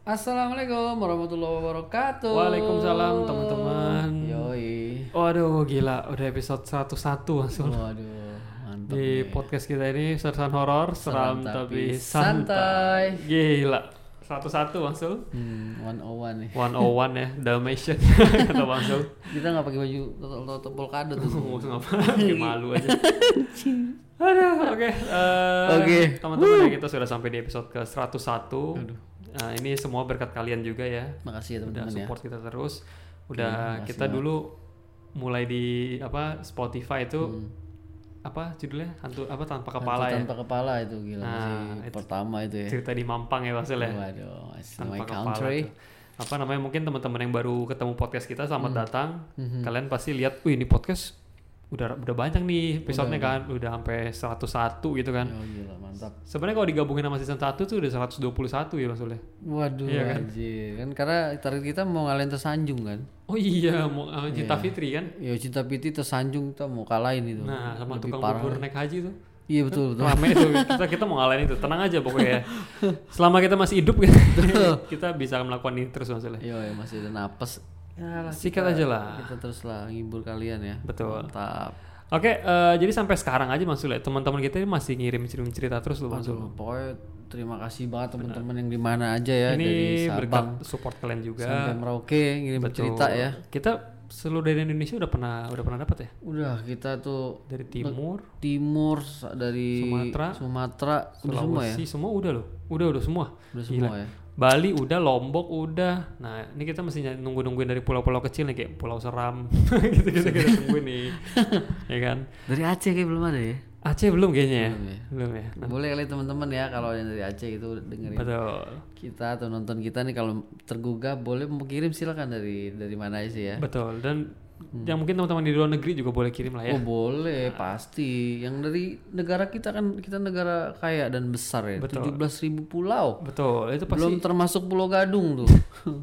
Assalamualaikum warahmatullahi wabarakatuh. Waalaikumsalam teman-teman. Yoi. Waduh gila, udah episode 101 langsung. Waduh, mantap Di nih. podcast kita ini sersan horor, seram tapi santai. santai. Gila, 101 langsung. 101 nih. 101 ya, Dalmatian kata Bang Sul. Kita nggak pakai baju toto polkadot tuh. Ngomong ngapain, kayak malu aja. Aduh, oke. Oke. Teman-teman ya, kita sudah sampai di episode ke 101. Aduh. Nah, ini semua berkat kalian juga ya. Makasih ya Udah teman-teman ya. support kita terus. Oke, Udah makasih kita banget. dulu mulai di Spotify itu apa judulnya tanpa kepala ya. Tanpa kepala itu gila Nah, masih itu pertama itu ya. Cerita di Mampang ya Mas ya. Waduh, masih my Tanpa kepala country. tuh. Apa namanya, mungkin teman-teman yang baru ketemu podcast kita selamat datang. Mhm. Kalian pasti lihat, wih ini podcast udah banyak nih episode-nya kan, udah sampai 101 gitu kan. Oh gila, mantap. Sebenarnya kalau digabungin sama season 1 tuh udah 121 ya maksudnya. Waduh, Iya kan? anjir. Kan karena target kita mau ngalahin tersanjung kan. Oh iya, mau Cinta Iya. Fitri kan. Ya Cinta Piti tersanjung kita mau kalahin itu. Nah, sama Lebih tukang parah bubur lagi. naik haji tuh. Iya betul betul. Rame tuh, kita mau ngalahin itu. Tenang aja pokoknya. Selama kita masih hidup kita bisa melakukan ini terus maksudnya. Iya, masih ada napas. Ya lah, Sikat aja lah. kita terus lah ngibur kalian ya. Betul. Mantap. Oke, jadi sampai sekarang aja Mas Sul ya, teman-teman kita ini masih ngirim cerita terus loh Mas Sul. Aduh, pokoknya terima kasih banget teman-teman yang di mana aja ya, Ini dari berkat Sabang support kalian juga. sampai Merauke ngirim Betul. cerita ya. Kita seluruh dari Indonesia udah pernah dapat ya? Udah kita tuh Dari timur, dari Sumatera udah semua ya. Sulawesi, semua udah loh. Udah semua. Udah Gila. semua ya. Bali udah, Lombok udah. Nah, ini kita mesti nungguin dari pulau-pulau kecil nih kayak Pulau Seram. Gitu-gitu kita tungguin nih. Ya kan? Dari Aceh kayak belum ada ya. Aceh belum kayaknya ya? Belum ya. Belum ya? Nah, Boleh kali teman-teman ya kalau yang dari Aceh itu dengerin betul. kita atau nonton kita nih, kalau tergugah boleh mau kirim silakan dari mana aja sih ya. Betul. Dan yang mungkin teman-teman di luar negeri juga boleh kirim lah ya. Oh boleh, pasti. Yang dari negara kita kan, kita negara kaya dan besar ya. Betul. 17.000 pulau. Betul. Itu pasti Belum termasuk Pulau Gadung tuh.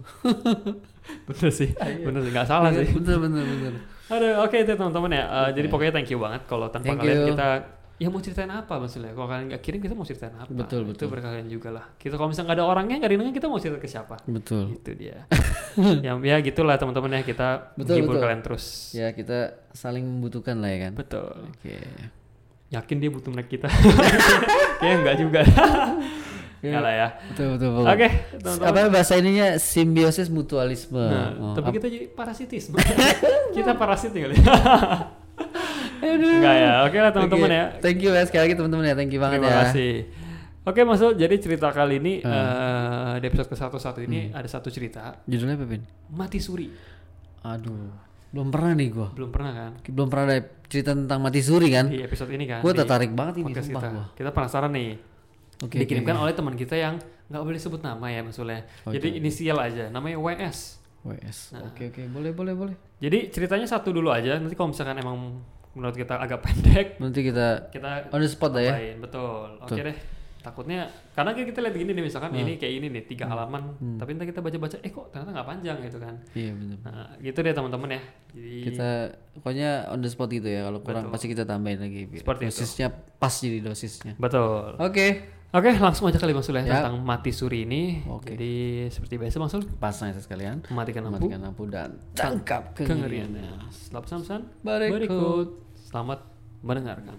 bener sih. Bener sih, nggak salah sih. Bener. Aduh, oke itu teman-teman ya. Jadi pokoknya thank you banget kalau tanpa Thank kalian you. kita ya mau ceritain apa maksudnya. Kalau kalian nggak kirim kita mau ceritain apa? Betul. Itu berkalian juga lah. Kita kalau misalnya nggak ada orangnya, nggak didengar, kita mau cerita ke siapa? Betul. Itu dia. Ya gitulah teman-teman ya, kita hibur kalian terus. Ya kita saling membutuhkan lah ya kan. Betul. Oke. Yakin dia butuh mic kita? Kayaknya enggak juga. Enggak lah ya. Betul. Oke, teman-teman. Apa bahasa ininya simbiosis mutualisme. Nah, tapi kita jadi parasitisme. Kita parasit nih kali. Enggak ya. Oke lah teman-teman Oke. ya. Thank you ya sekali lagi teman-teman ya. Thank you banget Terima ya. kasih. Oke Mas Sul, jadi cerita kali ini di episode ke-101 ini ada satu cerita Judulnya apa, Pin? mati suri. Aduh, belum pernah nih gua. Belum pernah kan? Belum pernah ada cerita tentang mati suri kan? Di episode ini kan. Gue di tertarik banget ini podcast sumpah kita. gua. Kita penasaran nih. Oke. Dikirimkan oleh teman kita yang nggak boleh sebut nama ya Mas Sul ya. Jadi inisial aja, namanya WS. WS. Nah. Oke. Boleh. Jadi ceritanya satu dulu aja. Nanti kalau misalkan emang menurut kita agak pendek, Nanti kita kita on the spot lah ya. tambahin. Betul. Oke deh. Takutnya karena kita lihat gini nih, misalkan ini kayak ini nih 3 halaman, tapi nanti kita baca-baca, kok ternyata nggak panjang gitu kan. Iya benar. Nah, gitu deh teman-teman ya. Jadi Kita pokoknya on the spot gitu ya. Kalau kurang Betul. pasti kita tambahin lagi. Seperti itu. dosisnya pas jadi dosisnya. betul. Oke. Oke, langsung aja kali Mas Sul ya Ya. tentang mati suri ini. Oke. Jadi seperti biasa Mas Sul, Pasang itu sekalian. mematikan lampu, Matikan lampu dan tangkap kengerian. kengeriannya. Setelah pesan-pesan Berikut. Selamat mendengarkan.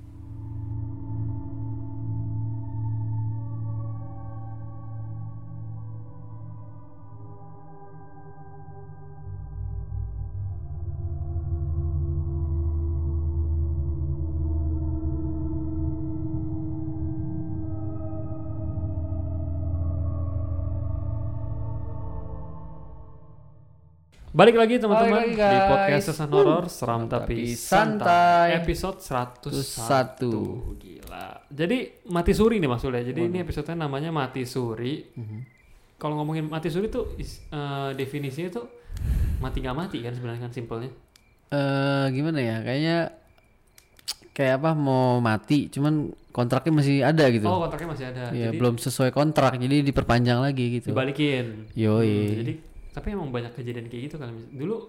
Balik lagi teman-teman Balik lagi, di guys. podcast Sesan Horor Seram tapi Santai episode 101. Gila. Jadi mati suri nih Mas Sul ya. Jadi ini episodenya namanya mati suri. Kalau ngomongin mati suri tuh definisinya tuh mati nggak mati kan sebenarnya kan simpelnya. Gimana ya? Kayaknya kayak apa mau mati, cuman kontraknya masih ada gitu. Oh kontraknya masih ada. Iya, Jadi belum sesuai kontrak, jadi diperpanjang lagi gitu. dibalikin. Yoi. Jadi tapi emang banyak kejadian kayak gitu kan. Dulu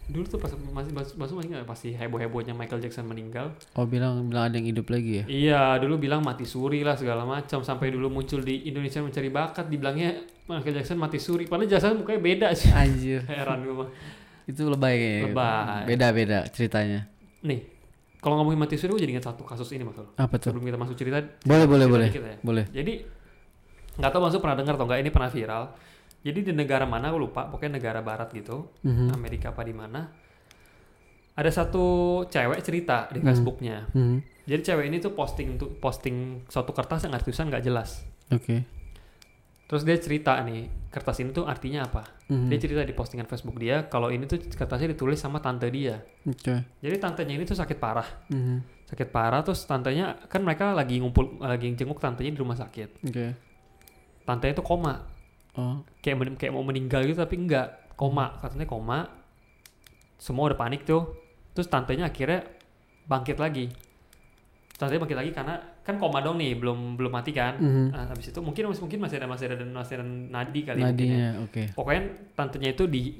Dulu tuh pas masih nggak pasti heboh-hebohnya Michael Jackson meninggal. Oh bilang ada yang hidup lagi ya? Iya, dulu bilang mati suri lah segala macam, sampai dulu muncul di Indonesia Mencari Bakat dibilangnya Michael Jackson mati suri. Padahal Jackson mukanya beda sih. Anjir. Heran gue mah. Itu lebay kayaknya. Lebay. Beda ceritanya. Nih, kalau ngomongin mati suri gue jadi ingat satu kasus ini Mas. Apa tuh? Sebelum kita masuk cerita. Boleh. Ya. Boleh. Jadi nggak tahu Mas pernah dengar atau enggak, ini pernah viral. Jadi di negara mana aku lupa, pokoknya negara barat gitu, Amerika apa di mana. Ada satu cewek cerita di Facebooknya. Jadi cewek ini tuh posting suatu kertas yang tulisan nggak jelas. Oke. Terus dia cerita nih, kertas ini tuh artinya apa? Dia cerita di postingan Facebook dia kalau ini tuh kertasnya ditulis sama tante dia. Oke. Jadi tantenya ini tuh sakit parah. Sakit parah, terus tantenya kan mereka lagi jenguk tantenya di rumah sakit. Oke. Tantenya tuh koma. Oh. Kayak mau meninggal gitu tapi enggak, koma, katanya koma. Semua udah panik tuh. Terus tantenya akhirnya bangkit lagi. Tantenya bangkit lagi karena kan koma dong nih, belum mati kan. Nah, habis itu mungkin masih ada nadi kali nadinya, oke. Pokoknya tantenya itu di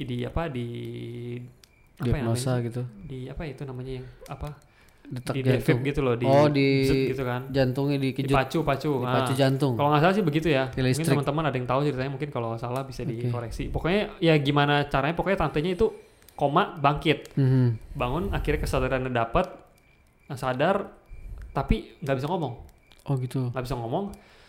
diagnosa gitu. Di apa itu namanya yang apa? Detak di jantung gitu loh, di gitu kan. Jantungnya dikejut. Dipacu Jantung. Kalau nggak salah sih begitu ya. Listrik. Mungkin teman-teman ada yang tahu ceritanya, mungkin kalau salah bisa dikoreksi. Pokoknya ya gimana caranya, pokoknya tantenya itu koma bangkit. Bangun akhirnya kesadarannya dapat, sadar tapi nggak bisa ngomong. Oh gitu. Nggak bisa ngomong.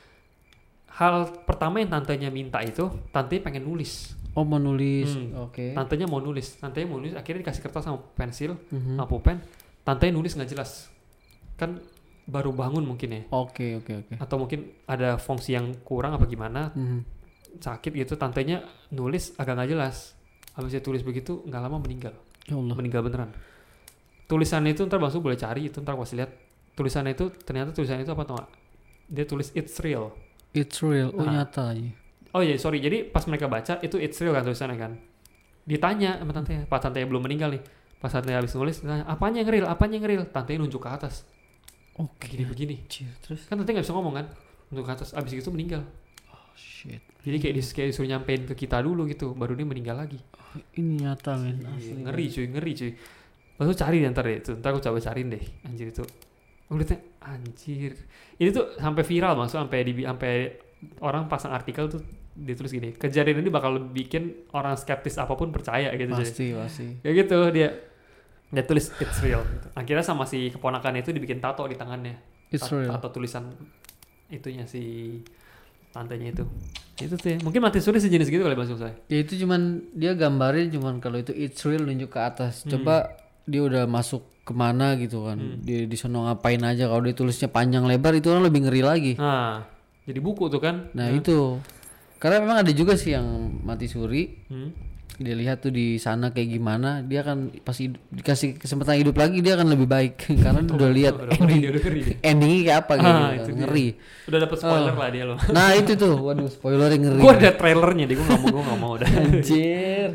Hal pertama yang tantenya minta itu, tantenya pengen nulis. Oh mau nulis. Oke. Tantenya mau nulis, akhirnya dikasih kertas sama pensil, sama pulpen. Tantenya nulis nggak jelas, kan baru bangun mungkin ya. Oke. Atau mungkin ada fungsi yang kurang apa gimana, sakit gitu. Tantenya nulis agak nggak jelas. Habis dia tulis begitu, nggak lama meninggal. Ya Allah. Meninggal beneran. Tulisannya itu ntar Bang Su boleh cari itu, ntar pasti lihat. Tulisannya itu ternyata tulisannya itu apa tau gak? Dia tulis it's real. It's real. Oh nyata aja. Oh iya sorry, jadi pas mereka baca itu it's real kan tulisannya kan. Ditanya sama tantenya, pas tantenya belum meninggal nih. Pas tantenya habis nulis, ditanya, apanya yang real? Tantenya nunjuk ke atas. Oh begini. Terus? Kan tantenya gak bisa ngomong kan. Nunjuk ke atas, abis itu meninggal. Oh shit. Jadi kayak disuruh nyampein ke kita dulu gitu, baru dia meninggal lagi. Oh, ini nyata men. Ngeri cuy. Lalu cari deh ntar aku coba cariin deh. Anjir itu. Aku liatnya, anjir. Ini tuh sampai viral sampai orang pasang artikel tuh ditulis gini, kejadian ini bakal bikin orang skeptis apapun percaya gitu. Pasti. Kayak gitu dia tulis it's real gitu. Akhirnya sama si keponakannya itu dibikin tato di tangannya. It's real. Tato tulisan itunya si tantenya itu. Itu tuh ya. Mungkin mati suri sejenis gitu kali maksud saya. Ya itu dia gambarin kalau itu it's real nunjuk ke atas. Coba dia udah masuk kemana gitu kan. Dia di sono ngapain aja, kalau dia tulisnya panjang lebar itu orang lebih ngeri lagi. Nah, jadi buku tuh kan. Nah, itu. Karena memang ada juga sih yang mati suri. Dia lihat tuh di sana kayak gimana, dia akan pasti dikasih kesempatan hidup lagi dia akan lebih baik karena udah lihat endingnya kayak apa gitu. Ngeri. Udah dapet spoiler lah dia loh. Nah, itu tuh. Waduh, spoilernya ngeri. Gua ada trailernya deh, gua enggak mau udah. Anjir.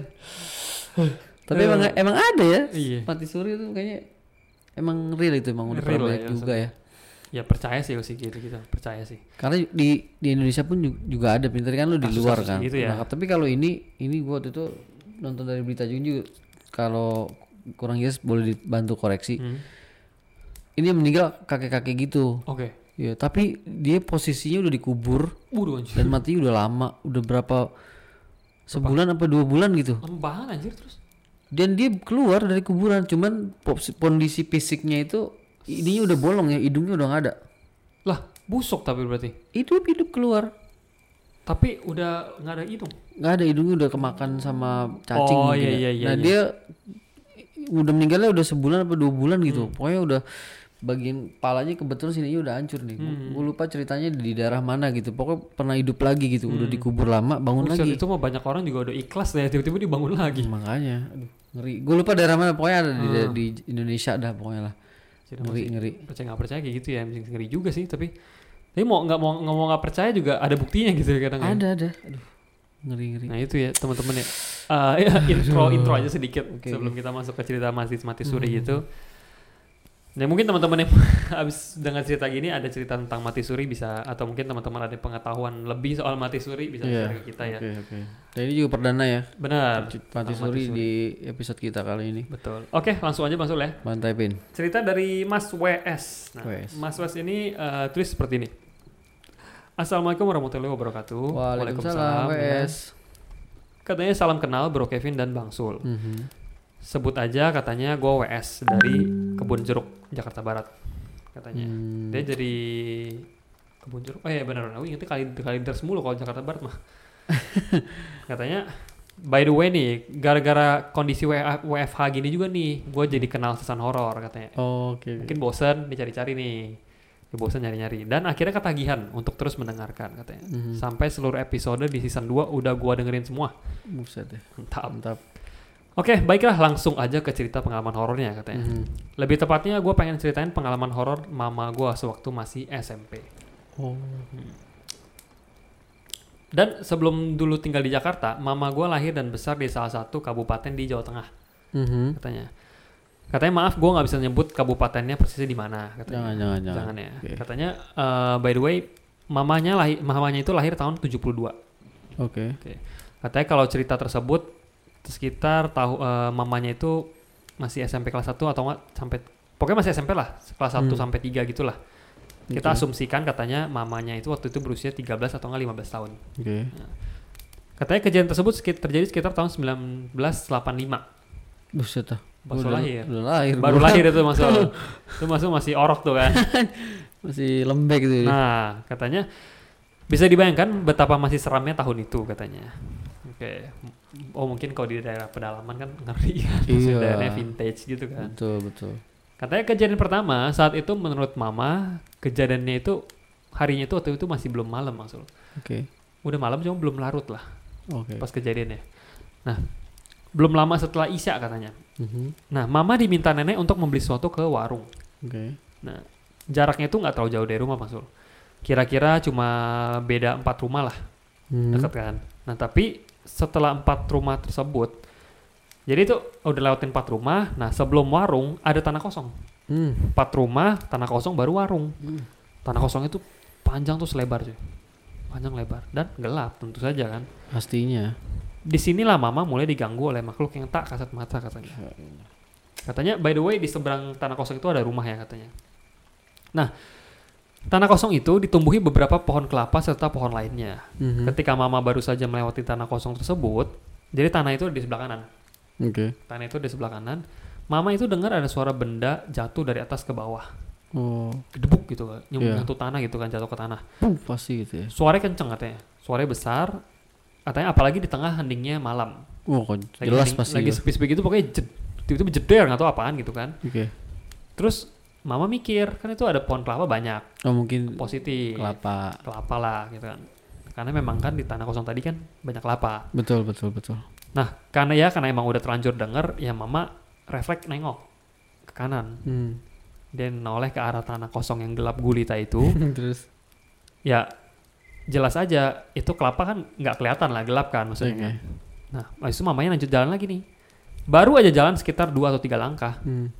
Tapi emang ada ya. Iya. Mati suri itu kayaknya emang real itu, emang udah banyak juga ya. Ya percaya sih kita percaya sih. Karena di Indonesia pun juga ada, pintar kan lu di luar kan. Gitu ya. Nah, tapi kalau ini gua waktu itu nonton dari berita juga, kalau kurang jelas boleh dibantu koreksi. Ini yang meninggal kakek-kakek gitu. Oke. Ya, tapi dia posisinya udah dikubur. Dan matinya udah lama, udah berapa sebulan apa 2 bulan gitu. Lama banget anjir terus. Dan dia keluar dari kuburan, cuman kondisi fisiknya itu ininya udah bolong ya, hidungnya udah nggak ada. Lah, busuk tapi berarti. Hidup keluar. Tapi udah nggak ada hidung. Nggak ada, hidungnya udah kemakan sama cacing. Oh iya. Nah dia udah meninggalnya udah sebulan apa 2 bulan gitu. Pokoknya udah bagian palanya kebetulan sininya udah hancur nih. Gue lupa ceritanya di daerah mana gitu. Pokoknya pernah hidup lagi gitu. Udah dikubur lama, bangun lagi. Itu mah banyak orang juga udah ikhlas deh, tiba-tiba dibangun lagi. Makanya, aduh, ngeri. Gue lupa daerah mana. Pokoknya ada di Indonesia dah pokoknya lah. Ngeri. Percaya nggak percaya kayak gitu ya, ngeri juga sih. Tapi mau nggak percaya juga ada buktinya gitu kadang. Ada. Aduh, ngeri. Nah itu ya teman-teman ya. Intro aja sedikit sebelum kita masuk ke cerita mati suri gitu. Dan mungkin teman-teman yang habis dengar cerita gini ada cerita tentang mati suri bisa, atau mungkin teman-teman ada pengetahuan lebih soal mati suri bisa share ke kita ya. Oke. Dan ini juga perdana ya. Benar. Mati suri di episode kita kali ini. Betul. Oke, langsung aja masuk ya. Bantai Pin. Cerita dari Mas WS. Nah, Mas WS ini tulis seperti ini. Assalamualaikum warahmatullahi wabarakatuh. Waalaikumsalam WS. Katanya salam kenal Bro Kevin dan Bang Sul. Sebut aja katanya gue WS dari Kebun Jeruk Jakarta Barat katanya. Dia dari Kebun Jeruk. Oh iya benar. Aku ingetnya Kalideres mulu kalau Jakarta Barat mah. Katanya by the way nih, gara-gara kondisi WFH gini juga nih, gue jadi kenal season horor katanya. Oke. Mungkin bosen dicari-cari nih. Dia bosen nyari-nyari dan akhirnya ketagihan untuk terus mendengarkan katanya. Sampai seluruh episode di season 2 udah gue dengerin semua. Buset deh. Mantap. Oke, baiklah langsung aja ke cerita pengalaman horornya katanya. Lebih tepatnya gue pengen ceritain pengalaman horor mama gue sewaktu masih SMP. Dan sebelum dulu tinggal di Jakarta, mama gue lahir dan besar di salah satu kabupaten di Jawa Tengah. Katanya maaf gue nggak bisa nyebut kabupatennya persisnya di mana. Jangan ya. Okay. Katanya by the way mamanya itu lahir tahun 72. Oke. Katanya kalau cerita tersebut sekitar mamanya itu masih SMP kelas 1 atau enggak pokoknya masih SMP lah, kelas 1 sampai 3 gitulah. Kita asumsikan katanya mamanya itu waktu itu berusia 13 atau enggak 15 tahun. Nah, katanya kejadian tersebut terjadi sekitar tahun 1985. Buset dah. Baru lahir itu masuk masih orok tuh kan. Masih lembek gitu. Nah, katanya bisa dibayangkan betapa masih seramnya tahun itu katanya. Oke. Oh mungkin kalau di daerah pedalaman kan ngeri kan. Daerahnya vintage gitu kan. Betul. Katanya kejadian pertama saat itu menurut mama kejadiannya itu harinya itu waktu itu masih belum malam maksud. Udah malam cuma belum larut lah. Pas kejadiannya. Nah belum lama setelah Isya katanya. Nah mama diminta nenek untuk membeli sesuatu ke warung. Nah jaraknya itu nggak terlalu jauh dari rumah maksud. Kira-kira cuma beda 4 rumah lah. Dekat kan. Nah tapi setelah 4 rumah tersebut, jadi itu udah lewatin 4 rumah. Nah sebelum warung ada tanah kosong. 4 rumah tanah kosong baru warung. Tanah kosong itu panjang tuh selebar cuy, panjang lebar dan gelap tentu saja kan. Pastinya. Disinilah mama mulai diganggu oleh makhluk yang tak kasat mata katanya. Katanya by the way di seberang tanah kosong itu ada rumah ya katanya. Nah tanah kosong itu ditumbuhi beberapa pohon kelapa serta pohon lainnya. Ketika mama baru saja melewati tanah kosong tersebut, jadi tanah itu di sebelah kanan. Tanah itu di sebelah kanan. Mama itu dengar ada suara benda jatuh dari atas ke bawah. Gedebuk gitu kan, nyentuh tanah gitu kan, jatuh ke tanah. Pasti gitu ya. Suaranya kenceng katanya, suaranya besar. Katanya apalagi di tengah heningnya malam. Jelas pasti. Lagi sepi-sepi gitu pokoknya tiba-tiba jeder nggak tahu apaan gitu kan. Terus mama mikir kan itu ada pohon kelapa banyak. Mungkin positif. Kelapa lah gitu kan. Karena memang kan di tanah kosong tadi kan banyak kelapa. Betul. Nah, karena emang udah terlanjur denger, ya mama refleks nengok ke kanan. Dia noleh ke arah tanah kosong yang gelap gulita itu. Terus ya jelas aja itu kelapa kan nggak kelihatan lah, gelap kan maksudnya. Nah, habis itu mamanya lanjut jalan lagi nih. Baru aja jalan sekitar 2 atau 3 langkah.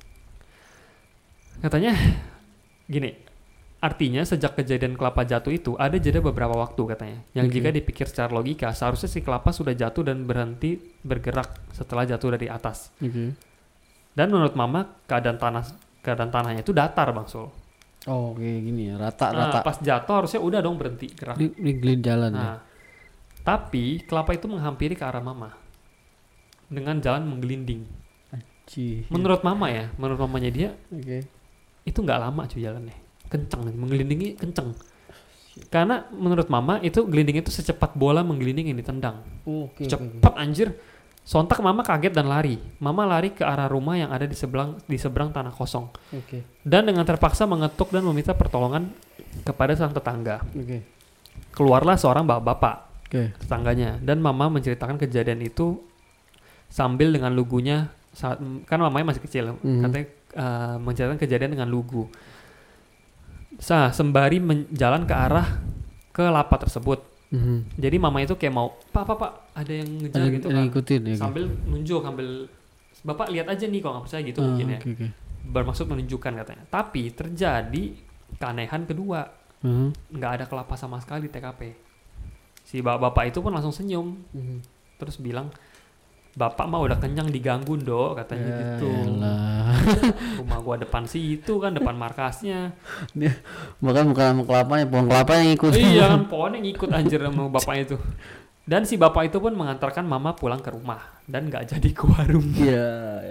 Katanya gini, artinya sejak kejadian kelapa jatuh itu ada jeda beberapa waktu katanya. Yang jika dipikir secara logika, seharusnya si kelapa sudah jatuh dan berhenti bergerak setelah jatuh dari atas. Dan menurut mama keadaan tanahnya itu datar Bang Sul. Kayak gini ya, rata. Pas jatuh harusnya udah dong berhenti gerak. Di jalan ya. Tapi kelapa itu menghampiri ke arah mama dengan jalan menggelinding. Menurut mamanya dia, itu nggak lama cuy jalannya, kenceng, menggelindingi kenceng. Karena menurut mama itu gelinding itu secepat bola menggelinding yang ditendang. Cepat anjir. Sontak mama kaget dan lari. Mama lari ke arah rumah yang ada di seberang tanah kosong. Dan dengan terpaksa mengetuk dan meminta pertolongan kepada sang tetangga. Keluarlah seorang bapak-bapak tetangganya dan mama menceritakan kejadian itu sambil dengan lugunya kan mamanya masih kecil. Katanya menceritakan kejadian dengan lugu. Sembari jalan ke arah ke lapa tersebut. Jadi mama itu kayak mau pak ada yang ngejar gitu kan, ngikutin, sambil nunjuk, sambil bapak lihat aja nih kalau nggak percaya gitu mungkin ya. bermaksud menunjukkan katanya. Tapi terjadi keanehan kedua. Nggak ada kelapa sama sekali di TKP. Si bapak itu pun langsung senyum. Terus bilang, bapak mah udah kenyang diganggu dok, katanya gitu. Rumah gua depan situ kan, depan markasnya. Bahkan bukan sama kelapanya, pohon kelapa yang ikut. Iya kan, pohon yang ikut anjir sama bapaknya itu. Dan si bapak itu pun mengantarkan mama pulang ke rumah dan nggak jadi ke warung. Iya,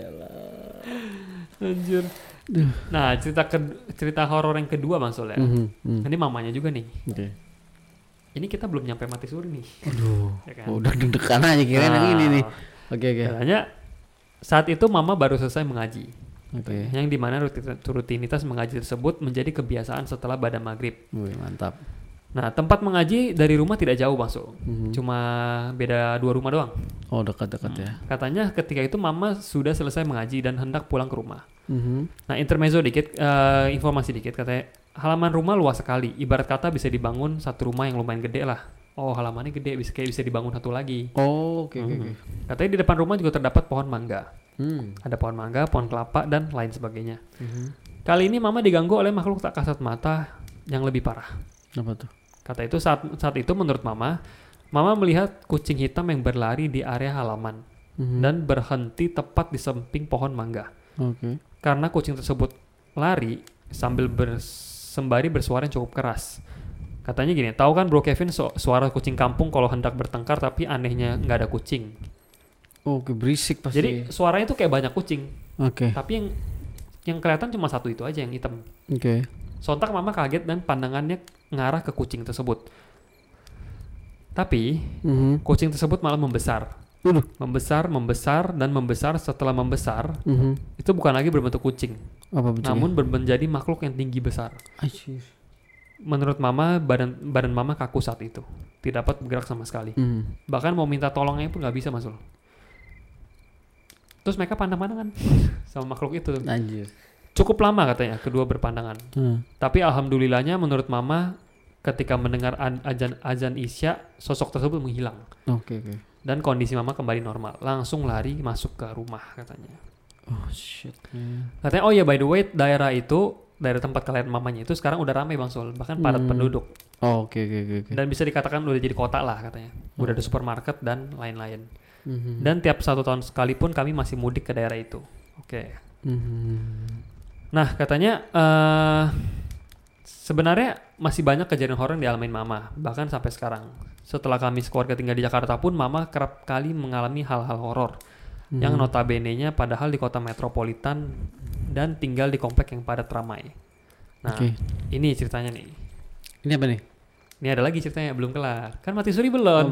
anjir. Nah, cerita horor yang kedua Bang Sol ya. Ini mamanya juga nih. Ini kita belum nyampe mati suri nih. Aduh, ya kan? udah deg-degan aja kirain yang ini nih. Oke. Katanya saat itu mama baru selesai mengaji. Yang dimana rutinitas mengaji tersebut menjadi kebiasaan setelah badan maghrib. Mantap. Nah, tempat mengaji dari rumah tidak jauh Bang Sol. Cuma beda 2 rumah doang. Oh, dekat-dekat ya. Katanya ketika itu mama sudah selesai mengaji dan hendak pulang ke rumah. Nah, intermezzo dikit, informasi dikit, katanya halaman rumah luas sekali. Ibarat kata bisa dibangun satu rumah yang lumayan gede lah. Oh, halamannya gede, bisa dibangun satu lagi. Oh, oke. Katanya di depan rumah juga terdapat pohon mangga. Ada pohon mangga, pohon kelapa, dan lain sebagainya. Kali ini mama diganggu oleh makhluk tak kasat mata yang lebih parah. Apa tuh? Kata itu saat itu menurut mama melihat kucing hitam yang berlari di area halaman dan berhenti tepat di samping pohon mangga. Karena kucing tersebut lari sembari bersuara yang cukup keras. Katanya gini, tahu kan Bro Kevin suara kucing kampung kalau hendak bertengkar, tapi anehnya nggak ada kucing. Oke, berisik pasti. Jadi suaranya tuh kayak banyak kucing. Tapi yang kelihatan cuma satu itu aja yang hitam. Sontak mama kaget dan pandangannya ngarah ke kucing tersebut. Tapi kucing tersebut malah membesar. Membesar. Setelah membesar, itu bukan lagi berbentuk kucing, namun menjadi makhluk yang tinggi besar. Menurut mama, badan mama kaku saat itu, tidak dapat bergerak sama sekali. Bahkan mau minta tolongnya pun nggak bisa masuk. Terus mereka pandang-pandangan sama makhluk itu. Cukup lama katanya kedua berpandangan. Tapi alhamdulillahnya menurut mama, ketika mendengar azan Isya, sosok tersebut menghilang. Dan kondisi mama kembali normal. Langsung lari masuk ke rumah katanya. Oh shit. Katanya, oh ya by the way, daerah tempat kalian mamanya itu sekarang udah ramai Bang Sol, bahkan padat penduduk. Oh, oke. Dan bisa dikatakan udah jadi kota lah katanya. Udah ada supermarket dan lain-lain. Dan tiap 1 tahun sekali pun kami masih mudik ke daerah itu. Nah, katanya sebenarnya masih banyak kejadian horor yang dialamin mama, bahkan sampai sekarang. Setelah kami sekeluarga tinggal di Jakarta pun, mama kerap kali mengalami hal-hal horor yang notabene-nya padahal di kota metropolitan dan tinggal di komplek yang padat ramai. Nah, ini ceritanya nih. Ini apa nih? Ini ada lagi ceritanya, belum kelar. Kan mati suri belum?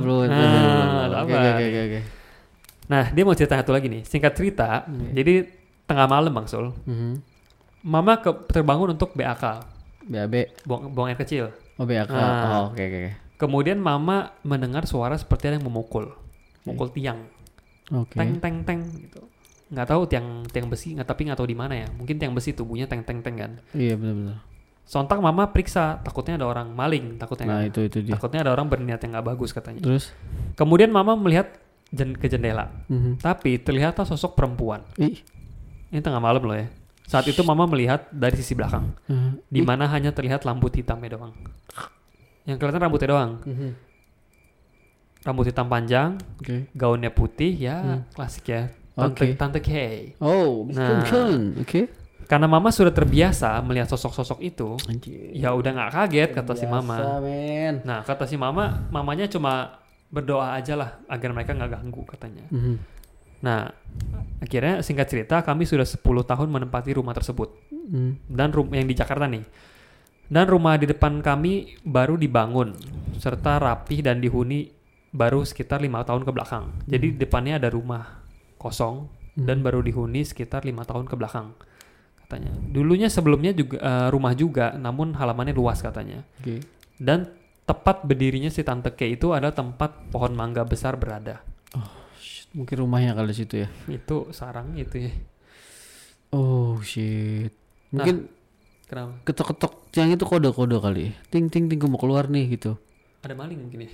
Oke. Nah, dia mau cerita satu lagi nih. Singkat cerita, jadi tengah malam Bang Sul. Mama terbangun untuk BAK. BAB? Buang air kecil. Oh, BAK. Oke. Kemudian mama mendengar suara seperti ada yang memukul tiang. Teng gitu. Nggak tahu tiang besi, tapi nggak tahu di mana ya. Mungkin tiang besi tuh bunyinya teng kan. Iya, benar. Sontak mama periksa, takutnya ada orang maling, takutnya. Nah, itu dia. Takutnya ada orang berniat yang nggak bagus katanya. Terus? Kemudian mama melihat ke jendela. Tapi terlihat sosok perempuan. Ini tengah malam loh ya. Saat itu mama melihat dari sisi belakang, di mana hanya terlihat rambut hitamnya doang. Yang kelihatan rambutnya doang. Rambut hitam panjang, gaunnya putih ya, klasik ya. Tante Kay. Oh, nah, karena mama sudah terbiasa melihat sosok-sosok itu, ya udah nggak kaget kata si mama. Nah, kata si mamanya cuma berdoa aja lah agar mereka nggak ganggu katanya. Nah, akhirnya singkat cerita kami sudah 10 tahun menempati rumah tersebut. Dan yang di Jakarta nih. Dan rumah di depan kami baru dibangun serta rapih dan dihuni baru sekitar 5 tahun ke belakang. Jadi depannya ada rumah kosong dan baru dihuni sekitar 5 tahun ke belakang katanya. Dulunya sebelumnya juga rumah juga, namun halamannya luas katanya. Dan tepat berdirinya si Tante K itu adalah tempat pohon mangga besar berada. Mungkin rumahnya kali situ ya. Itu sarang itu ya. Oh shit. Mungkin kenapa? Ketok-ketok yang itu kode-kode kali. Ting gue mau keluar nih gitu. Ada maling mungkin ya.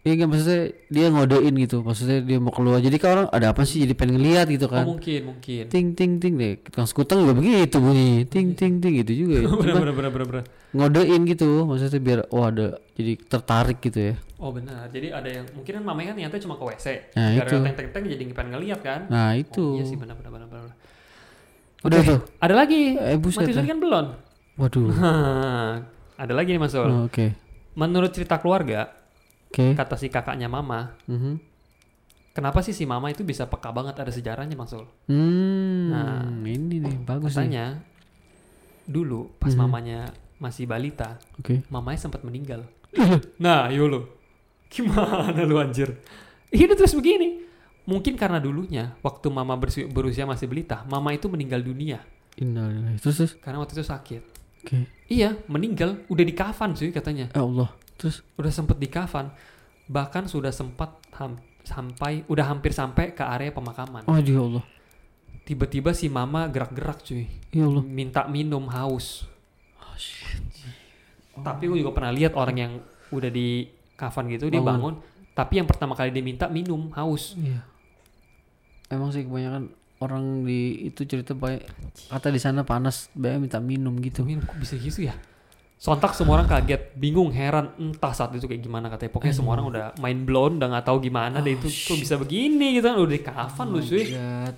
Iya nggak, maksudnya dia ngodein gitu, maksudnya dia mau keluar. Jadi kan orang ada apa sih, jadi pengen ngeliat gitu kan. Mungkin. Ting ting ting deh. Tukang skuter juga begitu bunyi. Ting ting ting gitu juga ya. Bener. Ngodein gitu, maksudnya biar ada jadi tertarik gitu ya. Oh benar. Jadi ada yang mungkin kan mamanya kan nyata cuma ke WC. Nah, gara-gara teng jadi pengen ngeliat kan. Nah itu. Iya sih benar. Udah tuh. Ada lagi. Buset. Mati suri kan belum. Waduh. Ada lagi nih Mas Sul. Oke. Menurut cerita keluarga, kata si kakaknya Mama, kenapa sih si Mama itu bisa peka banget, ada sejarahnya Mas Sul. Nah ini nih bagus. Katanya dulu pas mamanya masih balita, mamanya sempat meninggal. Nah yolo, gimana lu anjir? Ini terus begini. Mungkin karena dulunya waktu Mama berusia masih balita, Mama itu meninggal dunia. Terus? Karena waktu itu sakit. Iya, meninggal, udah di kafan sih katanya. Ya Allah. Terus? Udah sempet di kafan, bahkan sudah sempat hampir sampai ke area pemakaman. Oh ya Allah. Tiba-tiba si Mama gerak-gerak cuy. Ya Allah. Minta minum, haus. Oh shit. Tapi gue juga pernah lihat orang yang udah di kafan gitu, dia bangun, tapi yang pertama kali dia minta minum, haus. Iya. Emang sih kebanyakan orang di itu cerita banyak kata di sana panas, banyak minta minum gitu. Minum kok bisa gitu ya? Sontak semua orang kaget, bingung, heran, entah saat itu kayak gimana katanya. Pokoknya semua orang udah mind blown, udah nggak tahu gimana deh itu kok bisa begini gitu kan. Udah di kafan lu cuy.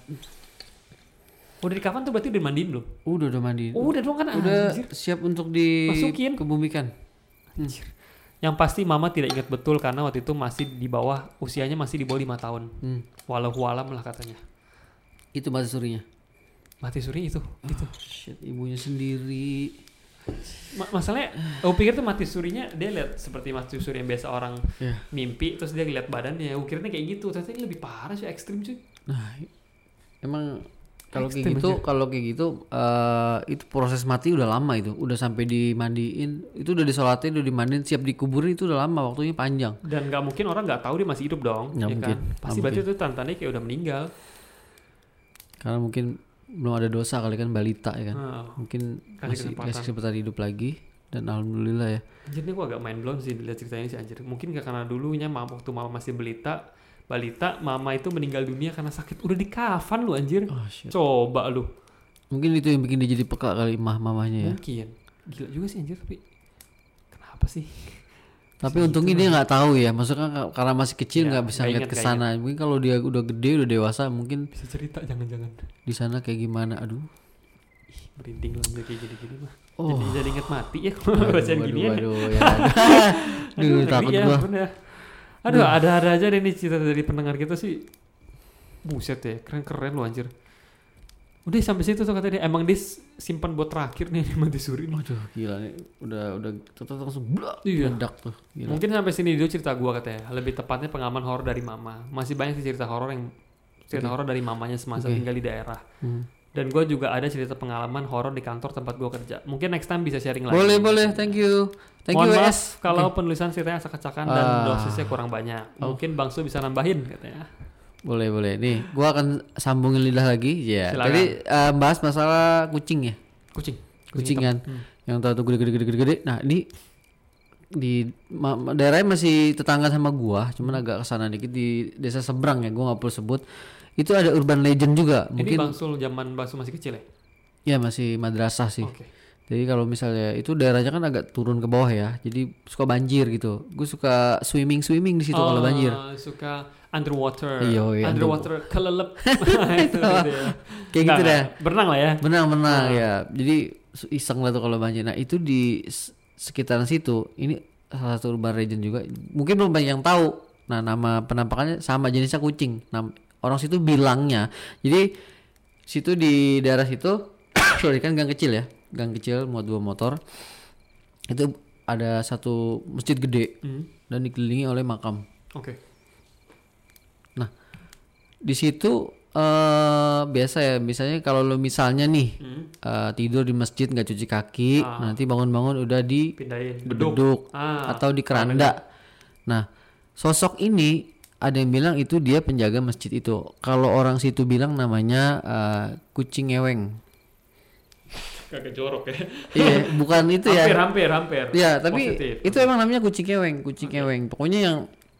Udah di kafan tuh berarti udah mandiin belum? Udah mandiin. Udah dong kan. Udah siap untuk dimasukin, kebumikan. Yang pasti Mama tidak ingat betul karena waktu itu masih di bawah, usianya masih di bawah 5 tahun. Walau-walam lah katanya. Itu mati surinya. Mati suri itu. Shit, ibunya sendiri. Masalahnya, aku pikir tuh mati surinya dia lihat seperti mati suri yang biasa orang mimpi, terus dia lihat badannya. Aku kiranya kayak gitu, ternyata ini lebih parah sih, ekstrim cuy. Nah, emang kalau kayak gitu, itu proses mati udah lama itu, udah sampai dimandiin, itu udah disolatin, udah dimandiin, siap dikuburin itu udah lama, waktunya panjang. Dan nggak mungkin orang nggak tahu dia masih hidup dong, ya kan? Pasti berarti itu tandanya kayak udah meninggal. Karena mungkin belum ada dosa kali kan, balita ya kan, mungkin masih kesempatan hidup lagi, dan alhamdulillah ya. Anjir nih gue agak mind blown sih lihat ceritanya sih anjir. Mungkin karena dulunya waktu Mama masih balita Mama itu meninggal dunia karena sakit, udah di kafan lu anjir. Coba lu. Mungkin itu yang bikin dia jadi peka kali mamanya ya. Mungkin. Gila juga sih anjir, tapi kenapa sih? Tapi untungnya dia nggak tahu ya, maksudnya karena masih kecil nggak bisa lihat ke sana. Mungkin kalau dia udah gede, udah dewasa, mungkin bisa cerita jangan-jangan di sana kayak gimana. Aduh, merinding loh kayak gini-gini mah. Jadi inget mati ya kalau bacaan gini ya. Aduh, takut gua. Aduh, ada aja deh nih cerita dari pendengar kita sih. Buset ya, keren lu anjir. Udah sampai situ tuh kata dia, emang dia simpan buat terakhir nih mati suri. Waduh, gila nih. Udah langsung meledak tuh. Gila. Mungkin sampai sini dulu cerita gua katanya. Lebih tepatnya pengalaman horor dari Mama. Masih banyak sih cerita horor dari mamanya semasa tinggal di daerah. Dan gua juga ada cerita pengalaman horor di kantor tempat gua kerja. Mungkin next time bisa sharing lagi. Boleh, thank you. Mohon maaf kalau penulisan ceritanya acak-acakan dan dosisnya kurang banyak. Mungkin Bang Su bisa nambahin katanya. Boleh. Nih, gua akan sambungin lidah lagi. Ya. Tadi bahas masalah kucing ya. Kucing kan. Yang tahu tuh gede. Nah, ini di daerahnya masih tetangga sama gua, cuman agak kesana dikit di desa seberang ya. Gua nggak perlu sebut. Itu ada urban legend juga. Mungkin Bang Sul zaman Bang Sul masih kecil ya? Ya masih madrasah sih. Jadi kalau misalnya itu daerahnya kan agak turun ke bawah ya, jadi suka banjir gitu. Gue suka swimming di situ kalau banjir. Suka underwater. Iya. Underwater kelelep. Itu ya. Kayak gitu deh. Berenang lah ya. Berenang ya. Jadi iseng lah tuh kalau banjir. Nah itu di sekitaran situ, ini salah satu urban legend juga. Mungkin belum banyak yang tahu. Nah nama penampakannya sama, jenisnya kucing. Nah orang situ bilangnya, jadi situ di daerah situ, sorry kan gang kecil muat 2 motor. Itu ada satu masjid gede dan dikelilingi oleh makam. Nah di situ biasa ya, misalnya kalau lo misalnya nih tidur di masjid nggak cuci kaki, nanti bangun-bangun udah di beduk atau di keranda. Nah sosok ini ada yang bilang itu dia penjaga masjid itu. Kalau orang situ bilang namanya kucing ngeweng. Kagak jorok ya. Iya, bukan itu ya. Hampir. Iya, tapi positif. Itu emang namanya kucing ngeweng. Pokoknya yang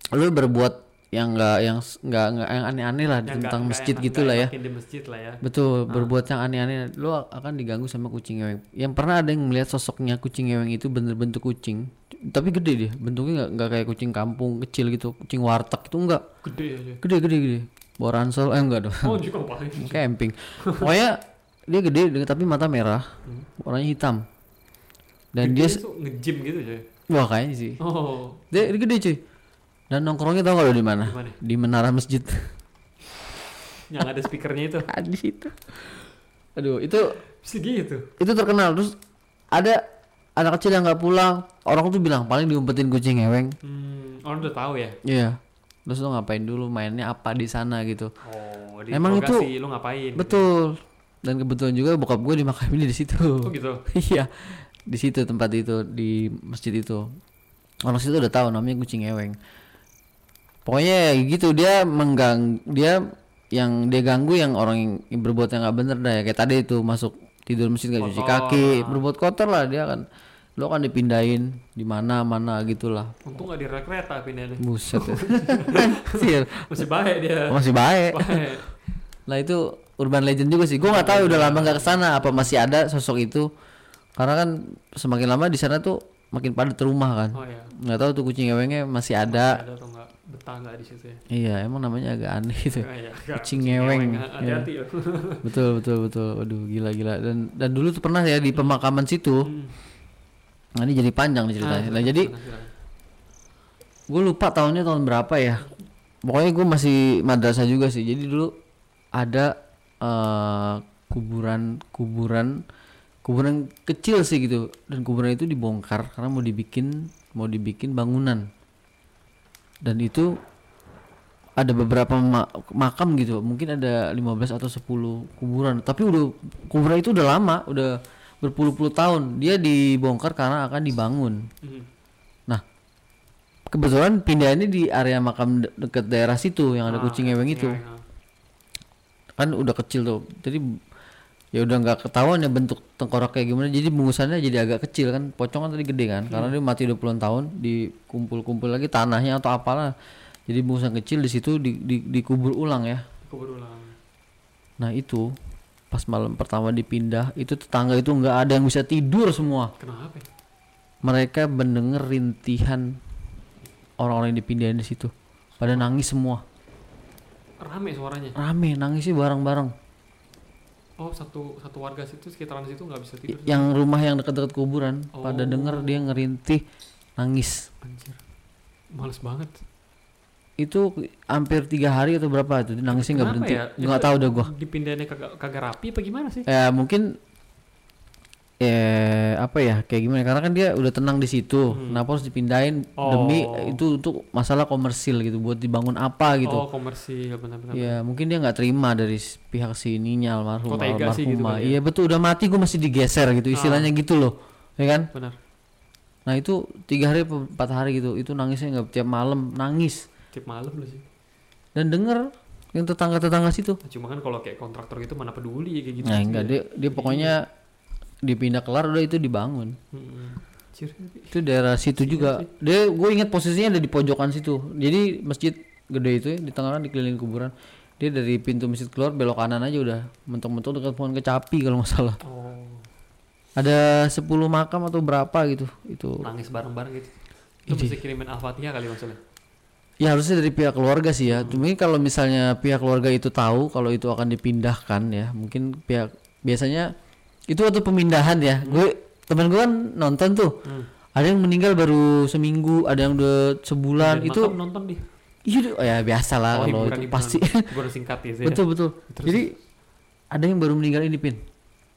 lu berbuat yang nggak yang aneh-aneh lah yang tentang masjid gitulah ya. Di masjid lah ya. Betul, berbuat yang aneh-aneh, lu akan diganggu sama kucing eweng. Yang pernah ada yang melihat sosoknya kucing eweng itu bener bentuk kucing, tapi gede dia, bentuknya nggak kayak kucing kampung kecil gitu, kucing warteg itu enggak. Gede aja. Gede. Bawa ransel, enggak dong. Oh juga paling. Camping. Pokoknya dia gede tapi mata merah, warnanya hitam. Dan gede dia nge-gym gitu aja. Wah kayaknya sih. Oh. Dia gede cuy. Dan nongkrongnya tau kalau di mana? Di menara masjid. Yang ada speakernya itu. Di situ. Aduh, itu segitu. Itu terkenal. Terus ada anak kecil yang nggak pulang. Orang tuh bilang paling diumpetin kucing eweng. Orang udah tahu ya. Iya. Terus lo ngapain dulu, mainnya apa di sana gitu. Oh, emang itu lu ngapain? Betul. Gitu. Dan kebetulan juga bokap gue dimakamin di situ. Oh gitu. Iya. Di situ tempat itu, di masjid itu. Orang situ udah tahu namanya kucing eweng. Pokoknya gitu, dia yang dia ganggu yang orang yang berbuat yang nggak bener dah ya. Kayak tadi itu masuk tidur masjid nggak cuci kaki, berbuat kotor lah dia kan. Lo kan dipindahin di mana gitulah. Untung nggak di rel kereta pindahin. Buset ya. Masih baik dia. Masih baik. Nah itu urban legend juga sih. Gue nggak tahu udah lama nggak kesana apa masih ada sosok itu. Karena kan semakin lama di sana tuh makin padat rumah kan. Oh iya. Nggak tahu tuh kucing ewengnya masih ada. Masih ada atau nggak, betah nggak di situ ya? Iya, emang namanya agak aneh gitu. Iya, kucing eweng. Hati-hati ya. Betul. Waduh, gila. Dan dulu tuh pernah ya di pemakaman situ. Nah, ini jadi panjang nih ceritanya. Nah, jadi gue lupa tahun berapa ya. Pokoknya gue masih madrasah juga sih. Jadi dulu ada kuburan kecil sih gitu, dan kuburan itu dibongkar karena mau dibikin bangunan. Dan itu ada beberapa makam gitu, mungkin ada 15 atau 10 kuburan, tapi kuburan itu udah lama, udah berpuluh-puluh tahun dia dibongkar karena akan dibangun. Nah kebetulan pindahannya di area makam dekat daerah situ yang ada kucing eweng itu. Kan udah kecil tuh, jadi ya udah nggak ketahuan ya bentuk tengkorak kayak gimana, jadi bungkusannya jadi agak kecil kan, pocong kan tadi gede kan, karena dia mati 20 tahun, dikumpul lagi tanahnya atau apalah, jadi bungkusan kecil di situ dikubur ulang ya. Nah itu pas malam pertama dipindah itu tetangga itu nggak ada yang bisa tidur semua. Kenapa? Mereka mendengar rintihan orang-orang yang dipindahin di situ, pada nangis semua. Rame suaranya. Rame, nangisnya bareng-bareng. Oh, satu warga situ sekitaran situ nggak bisa tidur. Yang rumah yang dekat-dekat kuburan pada denger dia ngerintih, nangis. Anjir. Males banget. Itu hampir 3 hari atau berapa itu nangisnya nggak berhenti. Nggak tahu dah gua. Dipindahinnya kagak rapi apa gimana sih? Ya mungkin apa ya kayak gimana, karena kan dia udah tenang di situ, kenapa harus dipindahin demi itu untuk masalah komersil gitu, buat dibangun apa gitu. Oh komersil, benar-benar. Ya mungkin dia nggak terima dari pihak sininya almarhumah. Gitu kan, iya betul, udah mati gue masih digeser gitu istilahnya gitu loh, ya kan? Benar. Nah itu 3 hari 4 hari gitu, itu nangisnya nggak, tiap malam nangis. Tiap malam loh sih. Dan denger yang tetangga situ. Cuma kan kalau kayak kontraktor gitu mana peduli kayak gitu. Nah enggak, dia pokoknya dipindah kelar udah itu dibangun. Itu daerah situ juga. Gue ingat posisinya ada di pojokan situ. Jadi masjid gede itu ya, di tengah kan dikelilingi kuburan. Dia dari pintu masjid keluar belok kanan aja udah mentok-mentok dekat pohon kecapi kalau nggak salah. Ada 10 makam atau berapa gitu. Itu nangis bareng-bareng gitu. Itu mesti kirimin Al-Fatihah kali maksudnya. Ya harusnya dari pihak keluarga sih ya. Mungkin kalau misalnya pihak keluarga itu tahu kalau itu akan dipindahkan ya, mungkin biasanya itu waktu pemindahan ya. Temen gue kan nonton tuh. Ada yang meninggal baru seminggu, ada yang udah sebulan. Dan itu nonton deh. Iya, ya biasa lah kalau itu pasti. Hiburan singkat ya. Betul. Jadi ada yang baru meninggal ini Pin.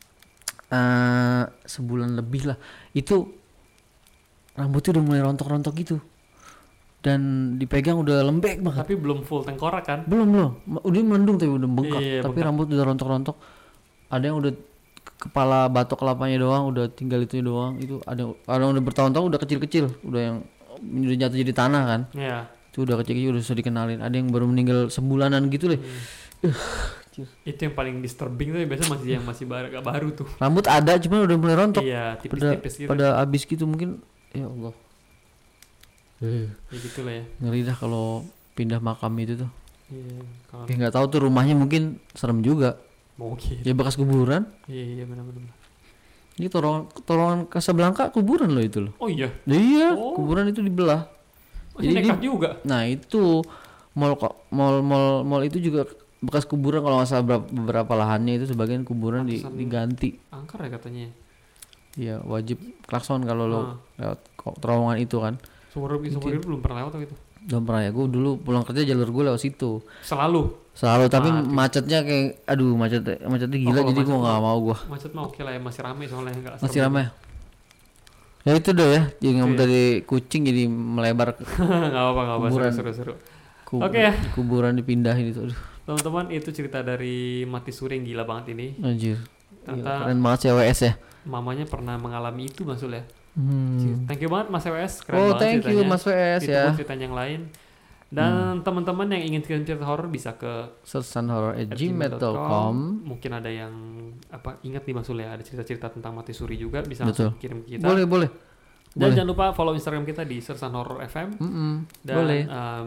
Sebulan lebih lah. Itu rambutnya udah mulai rontok-rontok gitu. Dan dipegang udah lembek banget. Tapi belum full tengkorak kan? Belum. Udah melendung tapi udah bengkak. Tapi bengkak. Rambut udah rontok-rontok. Ada yang udah kepala batok kelapanya doang, udah tinggal itu doang. Itu ada yang udah bertahun-tahun udah kecil-kecil, udah jatuh jadi tanah kan. Iya. Itu udah kecil-kecil udah susah dikenalin. Ada yang baru meninggal sebulanan gitu deh. Itu yang paling disturbing tuh biasanya masih gak baru tuh. Rambut ada cuman udah mulai rontok. Iya, tipis-tipis gitu. Pada habis gitu mungkin, ya Allah. Ya gitu lah ya. Ngeri dah kalau pindah makam itu tuh. Iya, kalau Ya nggak tahu tuh rumahnya mungkin serem juga. mungkin. Ya bekas kuburan. Iya benar-benar. Ini torongan Casablanca kuburan loh itu loh. Oh iya. Iya, Oh. kuburan itu dibelah. Oh, jadi nekat juga. Nah itu mall itu juga bekas kuburan kalau nggak salah beberapa lahannya itu sebagian kuburan diganti. Angker ya katanya. Iya wajib klakson kalau lo lewat terowongan itu kan. Seumur hidup belum pernah lewat gitu. Belum pernah ya, gue dulu pulang kerja jalur gue lewat situ. Selalu Tapi macetnya kayak aduh macetnya gila jadi gue nggak mau gue. Macet mah oke lah ya, masih rame soalnya enggak. Masih ramai. Ya itu deh ya, jadi ngomong dari kucing jadi melebar ke Enggak apa-apa seru. Oke ya. Kuburan dipindahin itu. Aduh. Teman-teman itu cerita dari Mati Suri yang gila banget ini. Anjir. Ternyata Keren banget CWS ya. Mamanya pernah mengalami itu Mas Sul ya. Thank you banget Mas WS, keren banget thank you Mas WS ya. Itu ceritanya yang lain. Dan teman-teman yang ingin kirim cerita horor bisa ke sersanhorror@gmail.com. Mungkin ada yang ingat nih Mas Sul ya, ada cerita-cerita tentang Mati Suri juga bisa Betul. langsung kirim ke kita. Boleh. Dan jangan lupa follow Instagram kita di Sersan Horror FM. Dan boleh.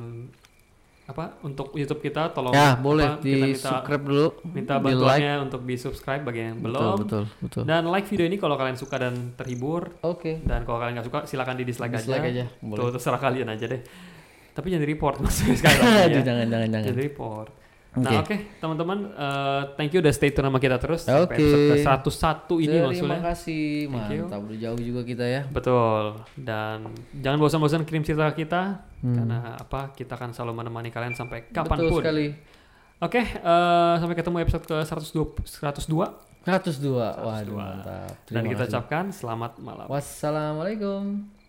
Untuk YouTube kita tolong ya boleh di subscribe dulu, minta bantuannya untuk di subscribe bagi yang belum. Betul. Dan like video ini kalau kalian suka dan terhibur. Oke. Dan kalau kalian nggak suka silakan di dislike aja. Boleh. Tuh terserah kalian aja deh. Tapi jangan di report maksudnya sekali lagi ya. Jangan. Jangan di report. Nah oke, teman-teman, thank you udah stay tune sama kita terus sampai episode ke 101 ini Mas Sul. Terima kasih, mantap, udah jauh juga kita ya. Betul. Dan jangan bosan-bosan kirim cerita kita karena kita akan selalu menemani kalian sampai kapanpun. Betul sekali. Oke, sampai ketemu episode ke 102. 102. Waduh, mantap. Dan kita ucapkan selamat malam. Wassalamualaikum.